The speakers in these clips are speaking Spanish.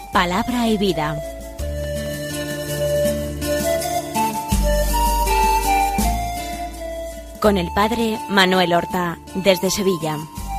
Palabra y vida. Con el padre Manuel Horta, desde Sevilla.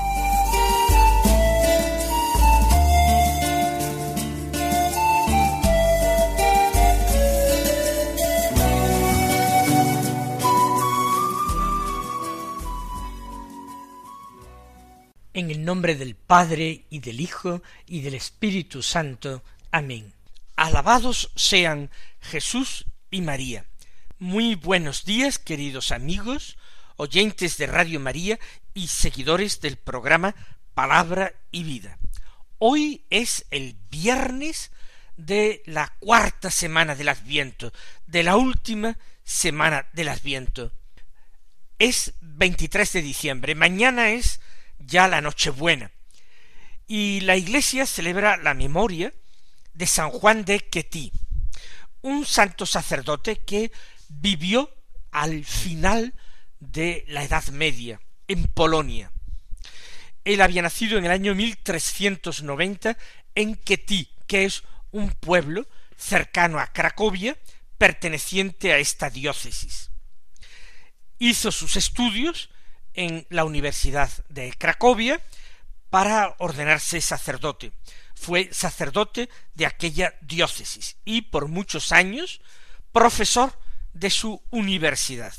En el nombre del Padre, y del Hijo, y del Espíritu Santo. Amén. Alabados sean Jesús y María. Muy buenos días, queridos amigos, oyentes de Radio María y seguidores del programa Palabra y Vida. Hoy es el viernes de la cuarta semana del Adviento, de la última semana del Adviento. Es 23 de diciembre, mañana es ya la Nochebuena, y la Iglesia celebra la memoria de San Juan de Quetí, un santo sacerdote que vivió al final de la Edad Media, en Polonia. Él había nacido en el año 1390 en Quetí, que es un pueblo cercano a Cracovia, perteneciente a esta diócesis. Hizo sus estudios en la Universidad de Cracovia para ordenarse sacerdote. Fue sacerdote de aquella diócesis y por muchos años profesor de su universidad.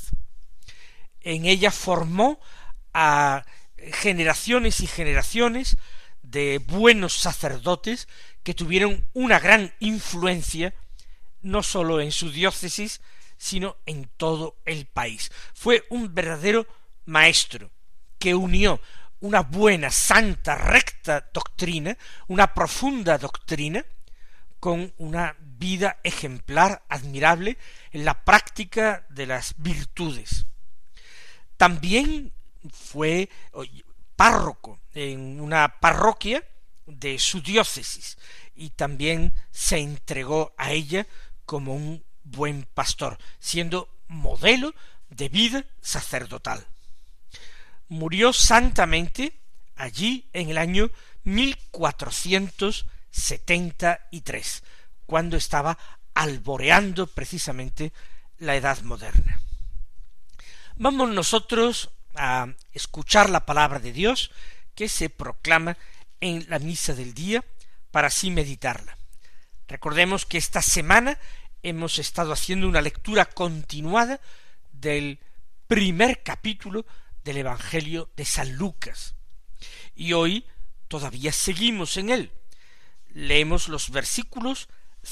En ella formó a generaciones y generaciones de buenos sacerdotes que tuvieron una gran influencia no sólo en su diócesis, sino en todo el país. Fue un verdadero maestro que unió una buena, santa, recta doctrina, una profunda doctrina, con una vida ejemplar, admirable, en la práctica de las virtudes. También fue párroco en una parroquia de su diócesis y también se entregó a ella como un buen pastor, siendo modelo de vida sacerdotal. Murió santamente allí en el año 1473, cuando estaba alboreando precisamente la Edad Moderna. Vamos nosotros a escuchar la palabra de Dios que se proclama en la misa del día para así meditarla. Recordemos que esta semana hemos estado haciendo una lectura continuada del primer capítulo del Evangelio de San Lucas, y hoy todavía seguimos en él. Leemos los versículos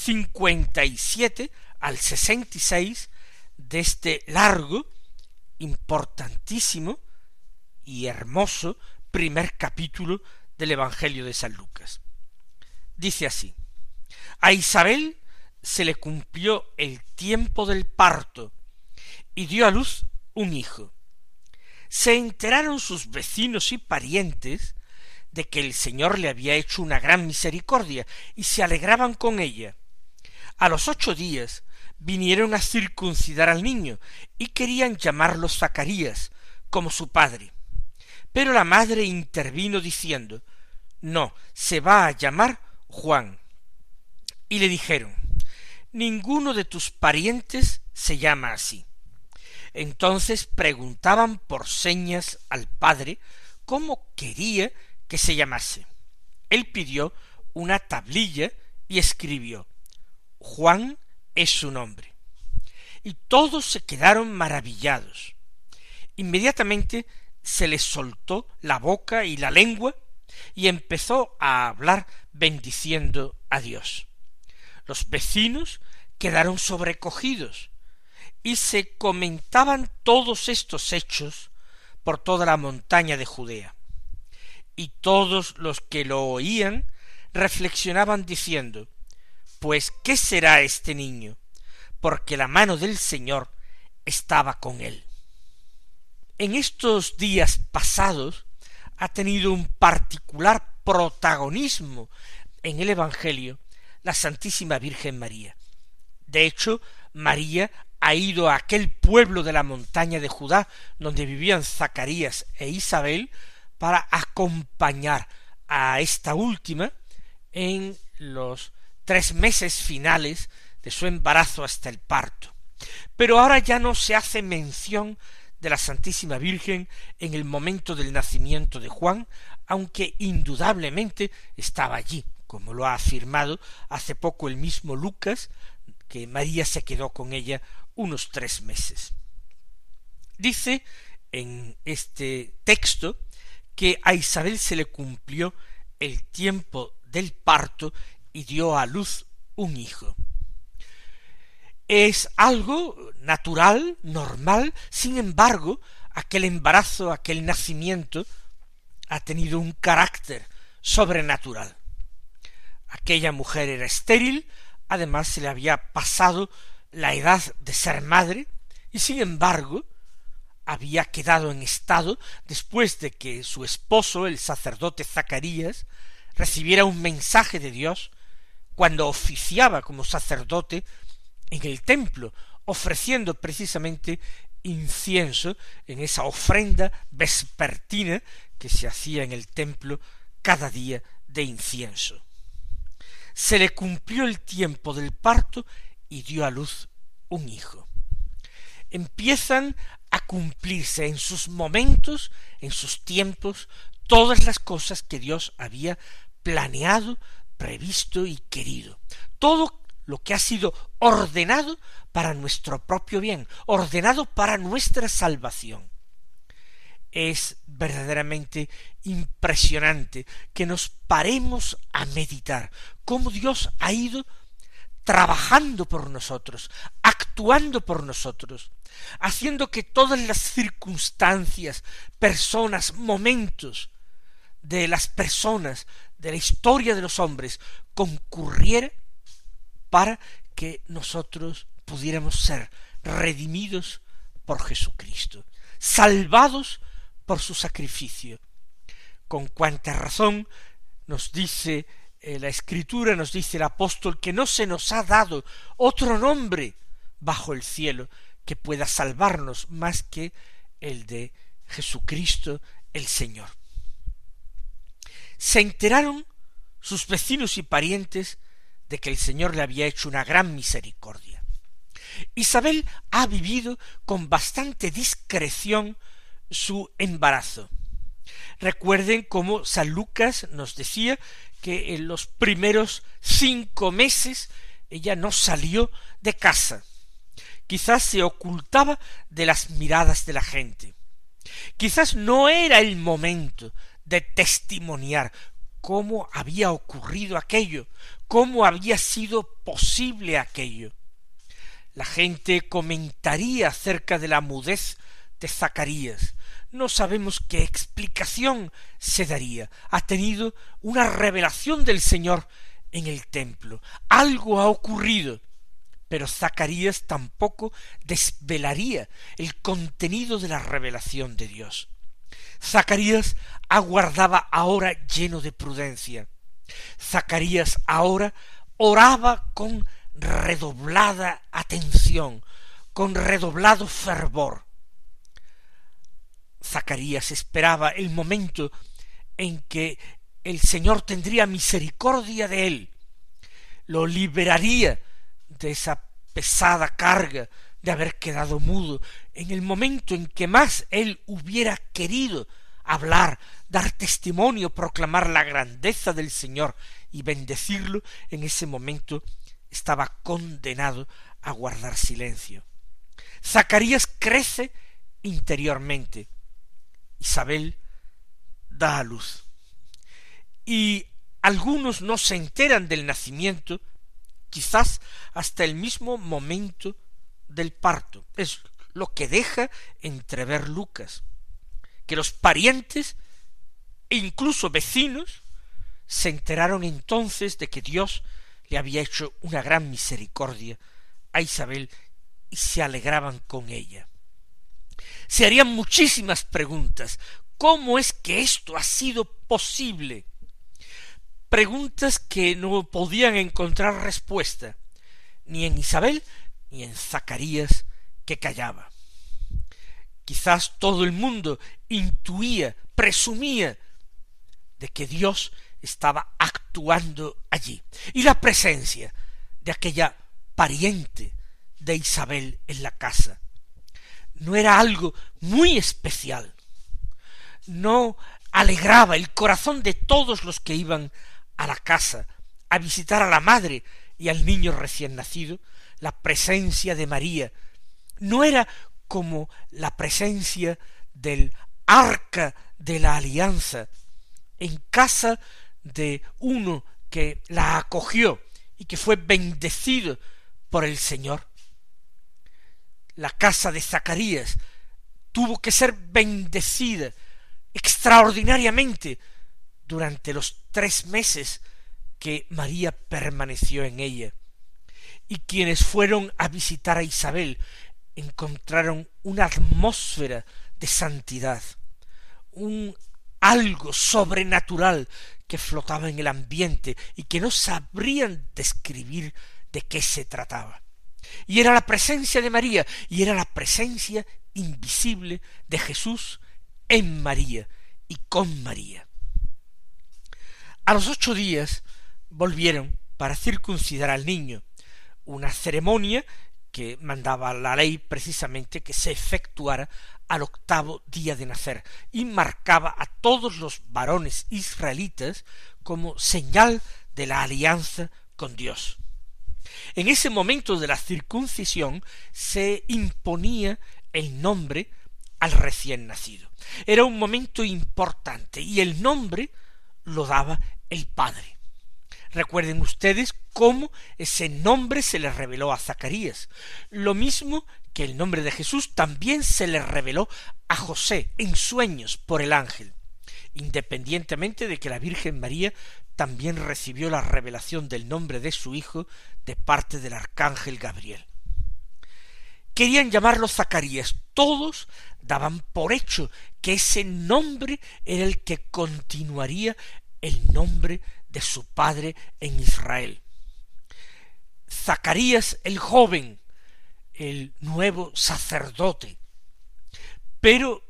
57 al 66 de este largo, importantísimo y hermoso primer capítulo del Evangelio de San Lucas. Dice así: a Isabel se le cumplió el tiempo del parto y dio a luz un hijo. Se enteraron sus vecinos y parientes de que el Señor le había hecho una gran misericordia y se alegraban con ella. A los 8 días vinieron a circuncidar al niño y querían llamarlo Zacarías, como su padre. Pero la madre intervino diciendo: no, se va a llamar Juan. Y le dijeron: ninguno de tus parientes se llama así. Entonces preguntaban por señas al padre cómo quería que se llamase. Él pidió una tablilla y escribió: Juan es su nombre. Y todos se quedaron maravillados. Inmediatamente se les soltó la boca y la lengua y empezó a hablar bendiciendo a Dios. Los vecinos quedaron sobrecogidos y se comentaban todos estos hechos por toda la montaña de Judea. Y todos los que lo oían reflexionaban diciendo: pues ¿qué será este niño? Porque la mano del Señor estaba con él. En estos días pasados ha tenido un particular protagonismo en el Evangelio la Santísima Virgen María. De hecho, María ha ido a aquel pueblo de la montaña de Judá donde vivían Zacarías e Isabel para acompañar a esta última en los 3 meses finales de su embarazo hasta el parto. Pero ahora ya no se hace mención de la Santísima Virgen en el momento del nacimiento de Juan, aunque indudablemente estaba allí, como lo ha afirmado hace poco el mismo Lucas, que María se quedó con ella unos 3 meses. Dice en este texto que a Isabel se le cumplió el tiempo del parto y dio a luz un hijo. Es algo natural, normal, sin embargo, aquel embarazo, aquel nacimiento, ha tenido un carácter sobrenatural. Aquella mujer era estéril, además se le había pasado la edad de ser madre, y sin embargo, había quedado en estado después de que su esposo, el sacerdote Zacarías, recibiera un mensaje de Dios cuando oficiaba como sacerdote en el templo, ofreciendo precisamente incienso en esa ofrenda vespertina que se hacía en el templo cada día de incienso. Se le cumplió el tiempo del parto y dio a luz un hijo. Empiezan a cumplirse en sus momentos, en sus tiempos, todas las cosas que Dios había planeado, previsto y querido. Todo lo que ha sido ordenado para nuestro propio bien, ordenado para nuestra salvación. Es verdaderamente impresionante que nos paremos a meditar cómo Dios ha ido trabajando por nosotros, actuando por nosotros, haciendo que todas las circunstancias, personas, momentos de las personas, de la historia de los hombres, concurriera para que nosotros pudiéramos ser redimidos por Jesucristo, salvados por su sacrificio. Con cuánta razón nos dice la Escritura, nos dice el apóstol, que no se nos ha dado otro nombre bajo el cielo que pueda salvarnos más que el de Jesucristo el Señor. Se enteraron sus vecinos y parientes de que el Señor le había hecho una gran misericordia. Isabel ha vivido con bastante discreción su embarazo. Recuerden cómo San Lucas nos decía que en los primeros 5 meses ella no salió de casa. Quizás se ocultaba de las miradas de la gente. Quizás no era el momento de testimoniar cómo había ocurrido aquello, cómo había sido posible aquello. La gente comentaría acerca de la mudez de Zacarías. No sabemos qué explicación se daría. Ha tenido una revelación del Señor en el templo. Algo ha ocurrido. Pero Zacarías tampoco desvelaría el contenido de la revelación de Dios. Zacarías aguardaba ahora lleno de prudencia. Zacarías ahora oraba con redoblada atención, con redoblado fervor. Zacarías esperaba el momento en que el Señor tendría misericordia de él, lo liberaría de esa pesada carga de haber quedado mudo, en el momento en que más él hubiera querido hablar, dar testimonio, proclamar la grandeza del Señor y bendecirlo, en ese momento estaba condenado a guardar silencio. Zacarías crece interiormente. Isabel da a luz. Y algunos no se enteran del nacimiento, quizás hasta el mismo momento del parto. Es lo que deja entrever Lucas, que los parientes e incluso vecinos se enteraron entonces de que Dios le había hecho una gran misericordia a Isabel y se alegraban con ella. Se harían muchísimas preguntas. ¿Cómo es que esto ha sido posible? Preguntas que no podían encontrar respuesta, ni en Isabel ni en Zacarías, que callaba. Quizás todo el mundo intuía, presumía de que Dios estaba actuando allí. Y la presencia de aquella pariente de Isabel en la casa no era algo muy especial, no alegraba el corazón de todos los que iban a la casa a visitar a la madre y al niño recién nacido. La presencia de María no era como la presencia del arca de la alianza en casa de uno que la acogió y que fue bendecido por el Señor. La casa de Zacarías tuvo que ser bendecida extraordinariamente durante los 3 meses que María permaneció en ella. Y quienes fueron a visitar a Isabel encontraron una atmósfera de santidad, un algo sobrenatural que flotaba en el ambiente y que no sabrían describir de qué se trataba. Y era la presencia de María, y era la presencia invisible de Jesús en María y con María. A los 8 días volvieron para circuncidar al niño, una ceremonia que mandaba la ley precisamente que se efectuara al 8º día de nacer, y marcaba a todos los varones israelitas como señal de la alianza con Dios. En ese momento de la circuncisión se imponía el nombre al recién nacido. Era un momento importante y el nombre lo daba el padre. Recuerden ustedes cómo ese nombre se le reveló a Zacarías. Lo mismo que el nombre de Jesús también se le reveló a José en sueños por el ángel, independientemente de que la Virgen María también recibió la revelación del nombre de su hijo de parte del arcángel Gabriel. Querían llamarlo Zacarías. Todos daban por hecho que ese nombre era el que continuaría el nombre de su padre en Israel. Zacarías el joven, el nuevo sacerdote. Pero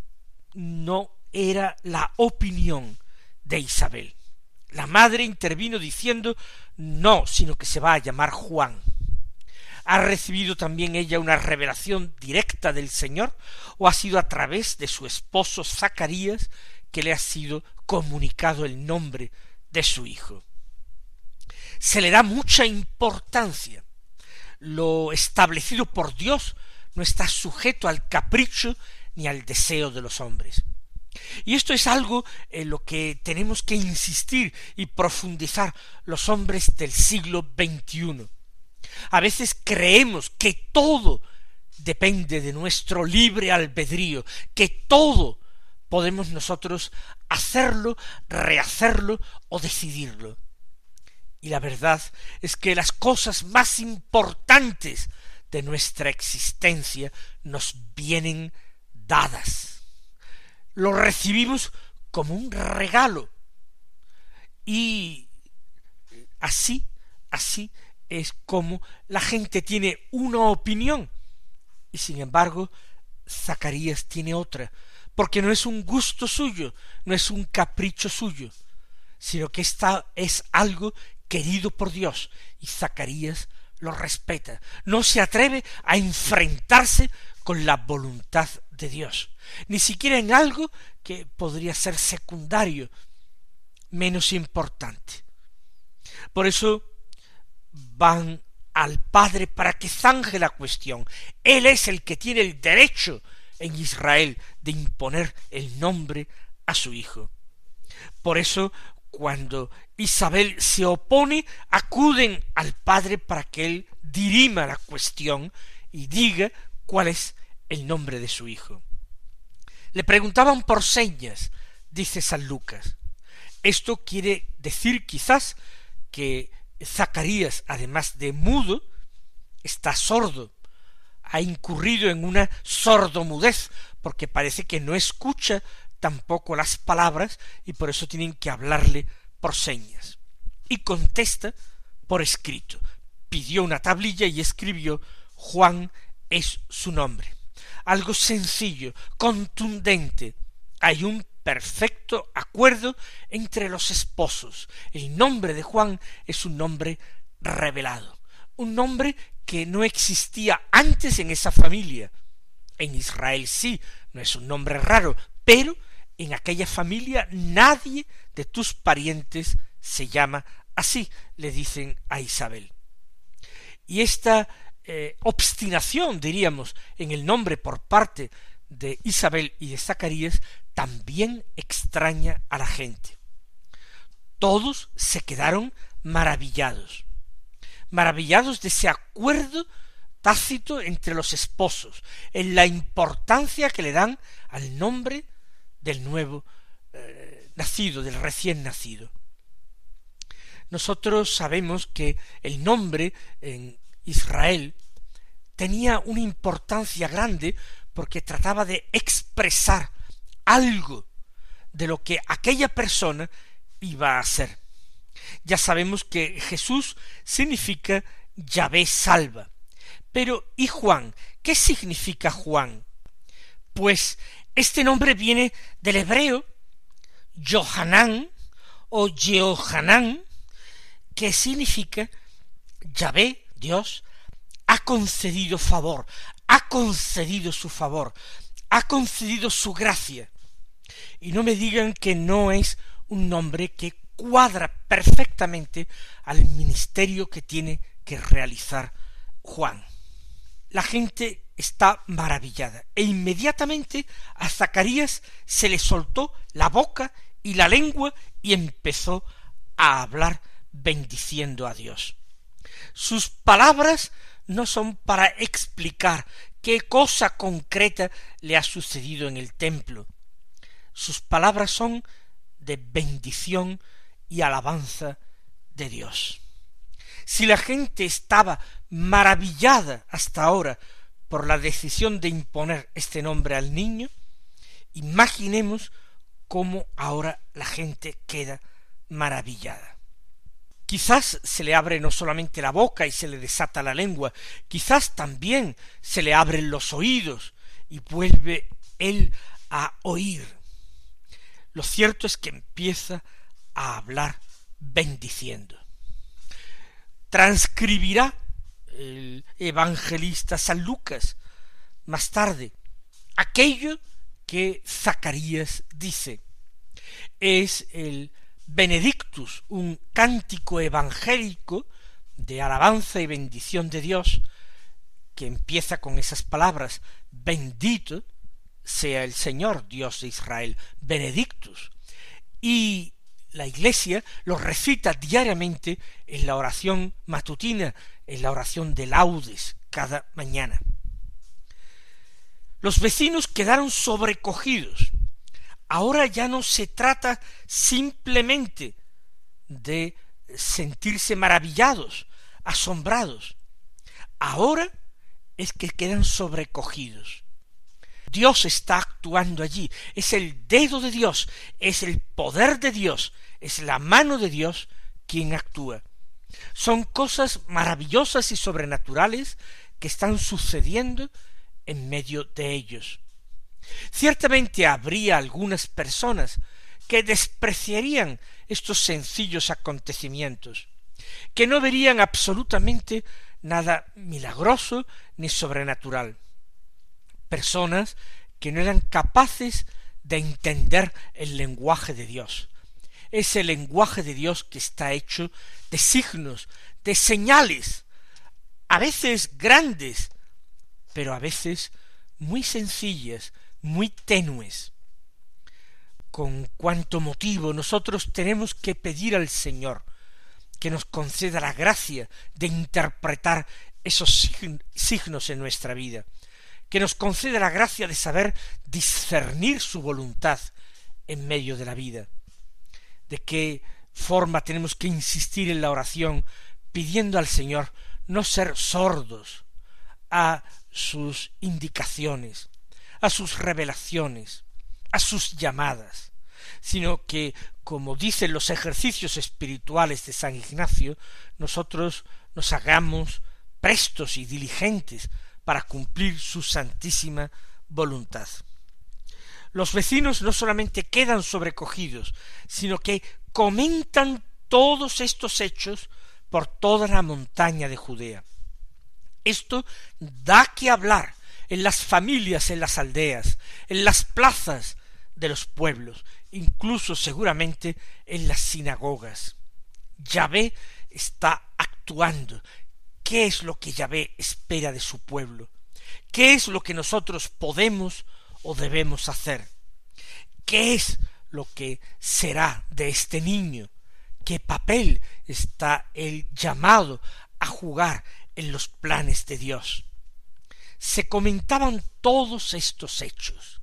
no era la opinión de Isabel. La madre intervino diciendo no, sino que se va a llamar Juan. ¿Ha recibido también ella una revelación directa del Señor o ha sido a través de su esposo Zacarías que le ha sido comunicado el nombre de su hijo? Se le da mucha importancia. Lo establecido por Dios no está sujeto al capricho ni al deseo de los hombres. Y esto es algo en lo que tenemos que insistir y profundizar los hombres del siglo XXI. A veces creemos que todo depende de nuestro libre albedrío, que todo podemos nosotros hacerlo, rehacerlo o decidirlo. Y la verdad es que las cosas más importantes de nuestra existencia nos vienen dadas. Lo recibimos como un regalo. Y así es como la gente tiene una opinión. Y sin embargo, Zacarías tiene otra, porque no es un gusto suyo, no es un capricho suyo, sino que esta es algo querido por Dios, y Zacarías lo respeta. No se atreve a enfrentarse con la voluntad de Dios, ni siquiera en algo que podría ser secundario, menos importante. Por eso van al padre para que zanje la cuestión. Él es el que tiene el derecho en Israel de imponer el nombre a su hijo. Por eso, cuando Isabel se opone, acuden al padre para que él dirima la cuestión y diga cuál es el nombre de su hijo. Le preguntaban por señas, dice San Lucas. Esto quiere decir quizás que Zacarías, además de mudo, está sordo, ha incurrido en una sordomudez, porque parece que no escucha tampoco las palabras y por eso tienen que hablarle por señas. Y contesta por escrito. Pidió una tablilla y escribió: Juan es su nombre. Algo sencillo, contundente. Hay un perfecto acuerdo entre los esposos. El nombre de Juan es un nombre revelado, un nombre que no existía antes en esa familia. En Israel sí, no es un nombre raro, pero en aquella familia nadie de tus parientes se llama así, le dicen a Isabel. Y esta obstinación, diríamos, en el nombre por parte de Isabel y de Zacarías también extraña a la gente. Todos se quedaron maravillados de ese acuerdo tácito entre los esposos, en la importancia que le dan al nombre del nuevo nacido, del recién nacido. Nosotros sabemos que el nombre en Israel tenía una importancia grande porque trataba de expresar algo de lo que aquella persona iba a ser. Ya sabemos que Jesús significa Yahvé salva. Pero, ¿y Juan? ¿Qué significa Juan? Pues este nombre viene del hebreo Yohanan o Yehohanán, que significa Yahvé, Dios, ha concedido favor, ha concedido su favor, ha concedido su gracia. Y no me digan que no es un nombre que cuadra perfectamente al ministerio que tiene que realizar Juan. La gente está maravillada, e inmediatamente a Zacarías se le soltó la boca y la lengua y empezó a hablar bendiciendo a Dios. Sus palabras no son para explicar qué cosa concreta le ha sucedido en el templo. Sus palabras son de bendición y alabanza de Dios. Si la gente estaba maravillada hasta ahora por la decisión de imponer este nombre al niño, imaginemos cómo ahora la gente queda maravillada. Quizás se le abre no solamente la boca y se le desata la lengua, quizás también se le abren los oídos y vuelve él a oír. Lo cierto es que empieza a hablar bendiciendo. Transcribirá el evangelista San Lucas más tarde aquello que Zacarías dice. Es el Benedictus, un cántico evangélico de alabanza y bendición de Dios, que empieza con esas palabras: bendito sea el Señor Dios de Israel, Benedictus. Y la Iglesia lo recita diariamente en la oración matutina, en la oración de laudes cada mañana. Los vecinos quedaron sobrecogidos. Ahora ya no se trata simplemente de sentirse maravillados, asombrados. Ahora es que quedan sobrecogidos. Dios está actuando allí, es el dedo de Dios, es el poder de Dios, es la mano de Dios quien actúa. Son cosas maravillosas y sobrenaturales que están sucediendo en medio de ellos. Ciertamente habría algunas personas que despreciarían estos sencillos acontecimientos, que no verían absolutamente nada milagroso ni sobrenatural. Personas que no eran capaces de entender el lenguaje de Dios. Ese lenguaje de Dios que está hecho de signos, de señales, a veces grandes, pero a veces muy sencillas, muy tenues. Con cuánto motivo nosotros tenemos que pedir al Señor que nos conceda la gracia de interpretar esos signos en nuestra vida, que nos conceda la gracia de saber discernir su voluntad en medio de la vida. De qué forma tenemos que insistir en la oración pidiendo al Señor no ser sordos a sus indicaciones, a sus revelaciones, a sus llamadas, sino que, como dicen los ejercicios espirituales de San Ignacio, nosotros nos hagamos prestos y diligentes para cumplir su santísima voluntad. los vecinos no solamente quedan sobrecogidos, sino que comentan todos estos hechos por toda la montaña de Judea. Esto da que hablar en las familias, en las aldeas, en las plazas de los pueblos, incluso seguramente en las sinagogas. Yahvé está actuando. ¿Qué es lo que Yahvé espera de su pueblo? ¿Qué es lo que nosotros podemos o debemos hacer? ¿Qué es lo que será de este niño? ¿Qué papel está él llamado a jugar en los planes de Dios? Se comentaban todos estos hechos.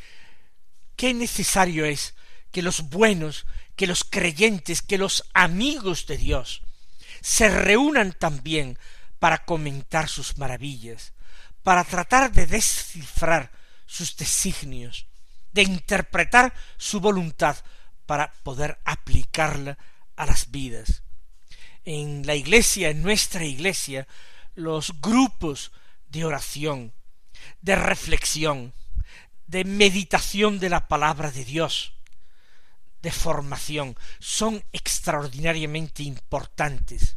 Qué necesario es que los buenos, que los creyentes, que los amigos de Dios se reúnan también para comentar sus maravillas, para tratar de descifrar sus designios, de interpretar su voluntad para poder aplicarla a las vidas. En la Iglesia, en nuestra Iglesia, los grupos de oración, de reflexión, de meditación de la palabra de Dios, de formación, son extraordinariamente importantes,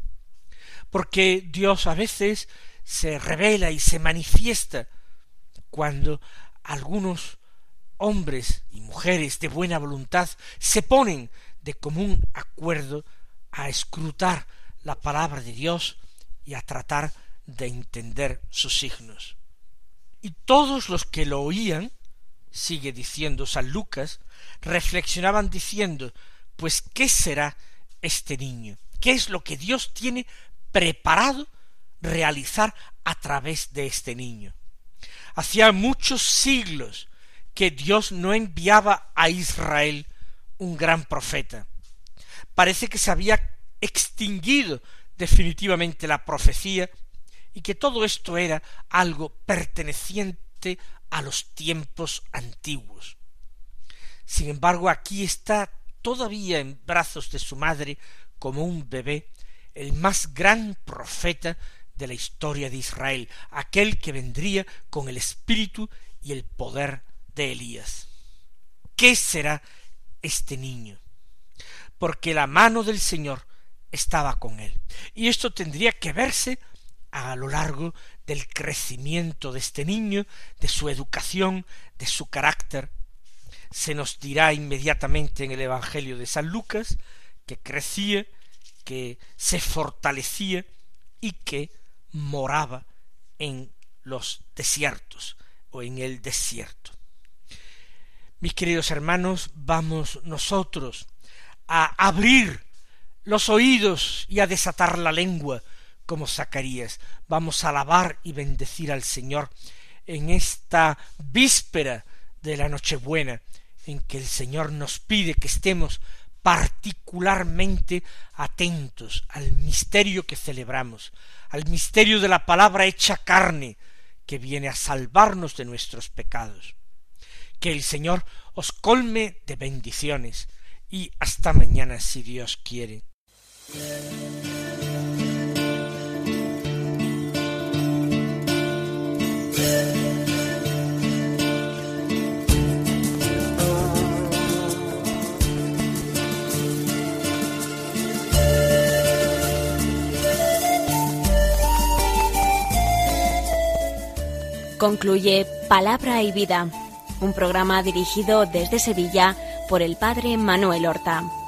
porque Dios a veces se revela y se manifiesta cuando algunos hombres y mujeres de buena voluntad se ponen de común acuerdo a escrutar la palabra de Dios y a tratar de entender sus signos. Y todos los que lo oían, sigue diciendo San Lucas, reflexionaban diciendo, pues ¿qué será este niño? ¿Qué es lo que Dios tiene preparado realizar a través de este niño? Hacía muchos siglos que Dios no enviaba a Israel un gran profeta. Parece que se había extinguido definitivamente la profecía y que todo esto era algo perteneciente a los tiempos antiguos. Sin embargo, aquí está todavía en brazos de su madre como un bebé el más gran profeta de la historia de Israel, aquel que vendría con el espíritu y el poder de Elías. ¿Qué será este niño? Porque la mano del Señor estaba con él. Y esto tendría que verse a lo largo del crecimiento de este niño, de su educación, de su carácter. Se nos dirá inmediatamente en el Evangelio de San Lucas que crecía, que se fortalecía y que moraba en los desiertos o en el desierto. Mis queridos hermanos, vamos nosotros a abrir los oídos y a desatar la lengua como Zacarías. Vamos a alabar y bendecir al Señor en esta víspera de la Nochebuena, en que el Señor nos pide que estemos particularmente atentos al misterio que celebramos, al misterio de la palabra hecha carne, que viene a salvarnos de nuestros pecados. Que el Señor os colme de bendiciones, y hasta mañana si Dios quiere. Concluye Palabra y Vida, un programa dirigido desde Sevilla por el padre Manuel Horta.